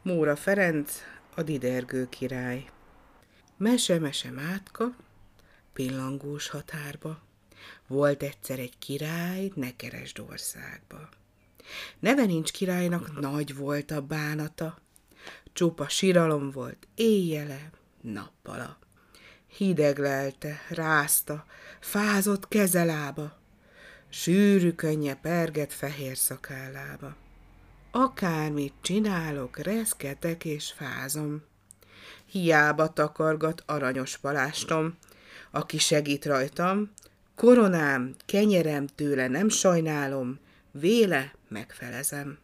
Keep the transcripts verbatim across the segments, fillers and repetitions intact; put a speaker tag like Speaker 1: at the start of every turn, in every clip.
Speaker 1: Móra Ferenc, a Didergő király. Mese-mese mátka, pillangós határba. Volt egyszer egy király, ne keresd országba. Neve nincs királynak, nagy volt a bánata. Csupa siralom volt éjjele, nappala. Hideg lelte, rázta, fázott kezelába. Sűrű könnye perget fehér szakállába. Akármit csinálok, reszketek és fázom. Hiába takargat aranyos palástom, aki segít rajtam, koronám, kenyerem tőle nem sajnálom, véle megfelezem.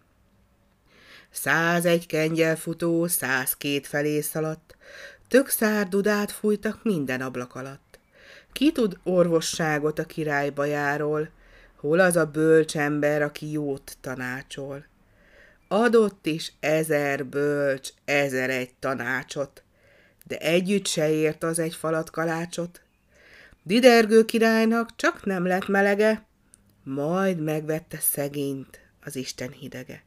Speaker 1: Százegy kengyelfutó, száz két felé szaladt, tök szárdudát fújtak minden ablak alatt. Ki tud orvosságot a király bajáról, hol az a bölcs ember, aki jót tanácsol? Adott is ezer bölcs, ezer egy tanácsot, de együtt se ért az egy falat kalácsot. Didergő királynak csak nem lett melege, majd megvette szegényt az Isten hidege.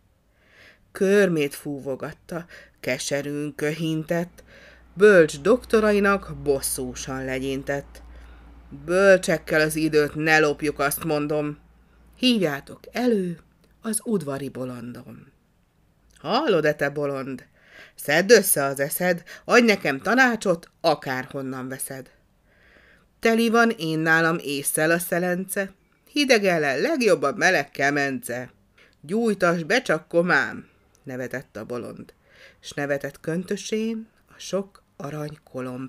Speaker 1: Körmét fúvogatta, keserűn köhintett, bölcs doktorainak bosszúsan legyintett. Bölcsekkel az időt ne lopjuk, azt mondom, hívjátok elő az udvari bolondom. Hallod-e, te bolond? Szedd össze az eszed, adj nekem tanácsot, akárhonnan veszed. Teli van én nálam ésszel a szelence, hideg ellen legjobb a meleg kemence. Gyújtass be csak, komám, nevetett a bolond, s nevetett köntösén a sok arany kolomb.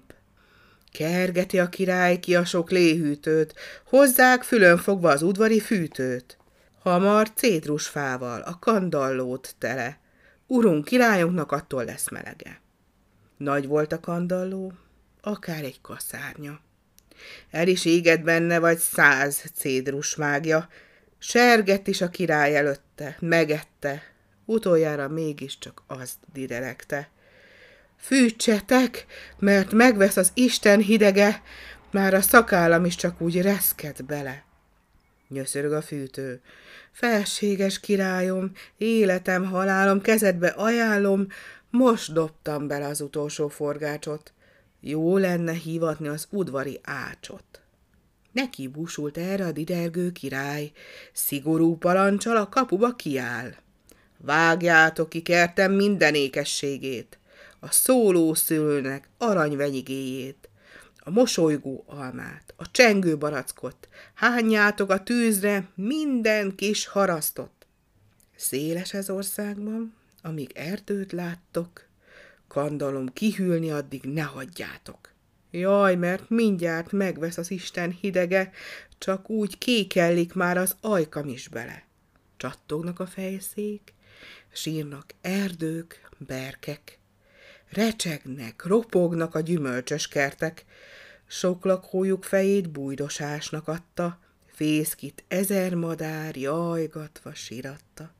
Speaker 1: Kergeti a király ki a sok léhűtőt, hozzák fülön fogva az udvari fűtőt. Hamar cédrusfával a kandallót tele, urunk királyunknak attól lesz melege. Nagy volt a kandalló, akár egy kaszárnya. El is égett benne vagy száz cédrus mágja, sergett is a király előtte, megette, utoljára mégiscsak azt dideregte. Fűtsetek, mert megvesz az Isten hidege, már a szakállam is csak úgy reszket bele. Nyöszörög a fűtő. Felséges királyom, életem, halálom, kezedbe ajánlom, most dobtam bele az utolsó forgácsot. Jó lenne hívatni az udvari ácsot. Neki búsult erre a Didergő király, szigorú parancsal a kapuba kiáll. Vágjátok ki kertem minden ékességét, a szólószőlőnek aranyvenyigéjét, a mosolygó almát, a csengő barackot, hányjátok a tűzre minden kis harasztot. Széles ez országban, amíg erdőt láttok, kandallom kihűlni addig ne hagyjátok. Jaj, mert mindjárt megvesz az Isten hidege, csak úgy kékellik már az ajkam is bele. Csattognak a fejszék, sírnak erdők, berkek, recsegnek, ropognak a gyümölcsös kertek, sok lakójuk fejét bújdosásnak adta, fészkit ezer madár jajgatva síratta.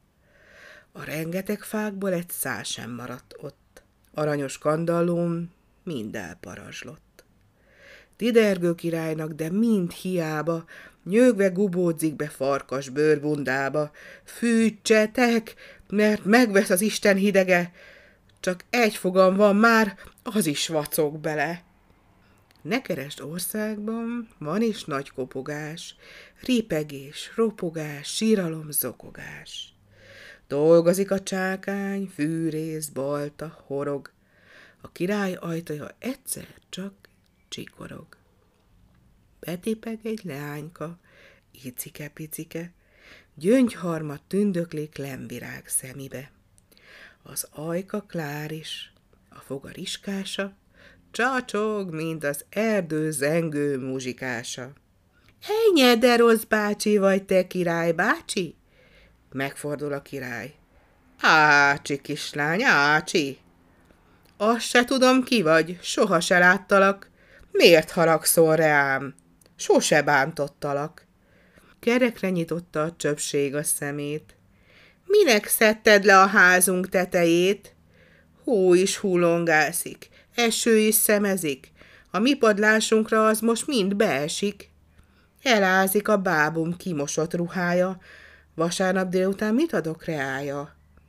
Speaker 1: A rengeteg fákból egy szál sem maradt ott, aranyos kandallóm mind elparazslott. Didergő királynak, de mind hiába, nyögve gubódzik be farkas bőrbundába. Fűtsetek, mert megvesz az Isten hidege, csak egy fogam van már, az is vacog bele. Ne keresd országban, van is nagy kopogás, ripegés, ropogás, síralom, zokogás. Dolgozik a csákány, fűrész, balta, horog, a király ajtaja egyszer csak csikorog. Betipeg egy leányka, icike-picike, gyöngyharmat tündöklik lemvirág szemibe. Az ajka kláris, a foga riskása, csacsog, mint az erdő zengő muzsikása. Ennyi, de rossz bácsi vagy te, király bácsi? Megfordul a király. Ácsi, kislány, ácsi! Azt se tudom, ki vagy, soha se láttalak. Miért haragszol reám? Sose bántottalak. Kerekre nyitotta a csöpség a szemét. Minek szedted le a házunk tetejét? Hó is hullongászik, eső is szemezik, a mi padlásunkra az most mind beesik. Elázik a bábum kimosott ruhája, vasárnap délután mit adok reája?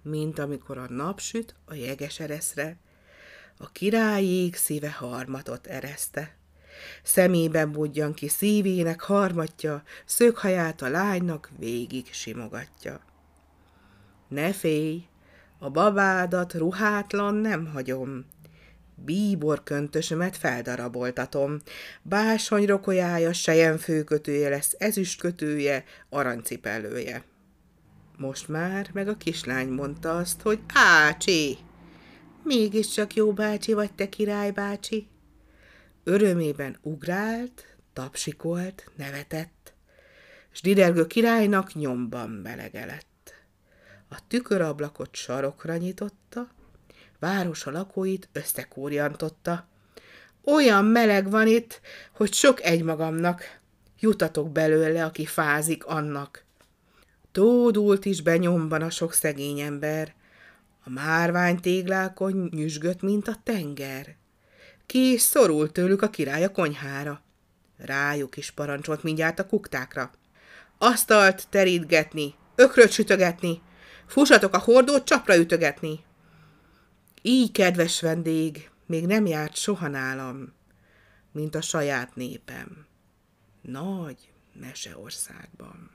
Speaker 1: mint amikor a nap süt a jegesereszre, a király jég szíve harmatot ereszte. Szemében budjan ki szívének harmatja, szöghaját a lánynak végig simogatja. Ne félj, a babádat ruhátlan nem hagyom, bíbor köntösömet feldaraboltatom, bársony rokolyája, selyemfőkötője lesz, ezüstkötője, aranycipellője. Most már meg a kislány mondta azt, hogy ácsi, mégiscsak jó bácsi vagy te, királybácsi. Örömében ugrált, tapsikolt, nevetett, s didergő királynak nyomban melege lett. A tükörablakot sarokra nyitotta, városa lakóit összekúrjantotta. Olyan meleg van itt, hogy sok egymagamnak, jutatok belőle, aki fázik annak. Tódult is benyomban a sok szegény ember, a márvány téglákon nyüzsgött, mint a tenger. Ki is szorult tőlük a király a konyhára. Rájuk is parancsolt mindjárt a kuktákra. Asztalt terítgetni, ökröt sütögetni, fussatok a hordót csapra ütögetni. Így, kedves vendég, még nem járt soha nálam, mint a saját népem, nagy meseországban.